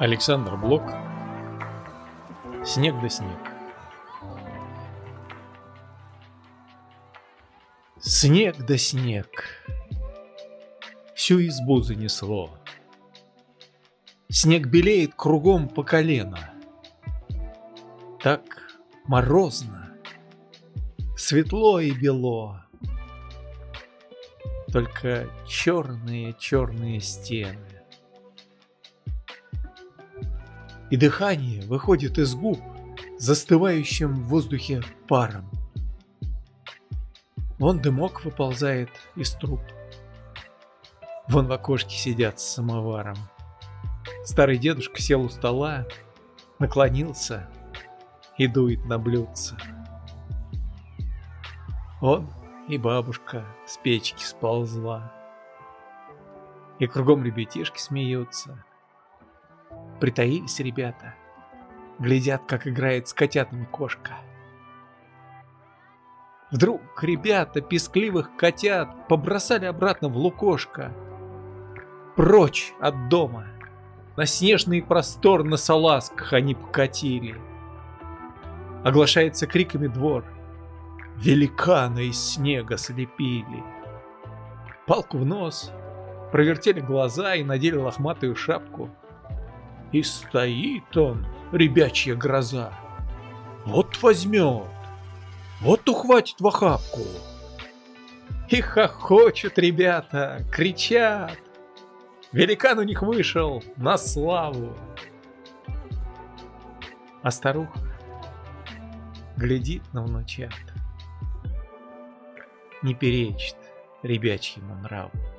Александр Блок. Снег да снег. Снег да снег. Всю избу занесло. Снег белеет кругом по колено. Так морозно, светло и бело. Только черные стены. И дыхание выходит из губ застывающим в воздухе паром. Вон дымок выползает из труб. Вон в окошке сидят с самоваром. Старый дедушка сел у стола, наклонился и дует на блюдце. Он и бабушка с печки сползла. И кругом ребятишки смеются. Притаились ребята, глядят, как играет с котятами кошка. Вдруг ребята пескливых котят побросали обратно в лукошко. Прочь от дома, на снежный простор на салазках они покатили. Оглашается криками двор. Великана из снега слепили. Палку в нос, провертели глаза и надели лохматую шапку. И стоит он, ребячья гроза. Вот возьмет, вот ухватит в охапку. И хохочут ребята, кричат. Великан у них вышел на славу. А старуха глядит на внучат, не перечит ребячьему нраву.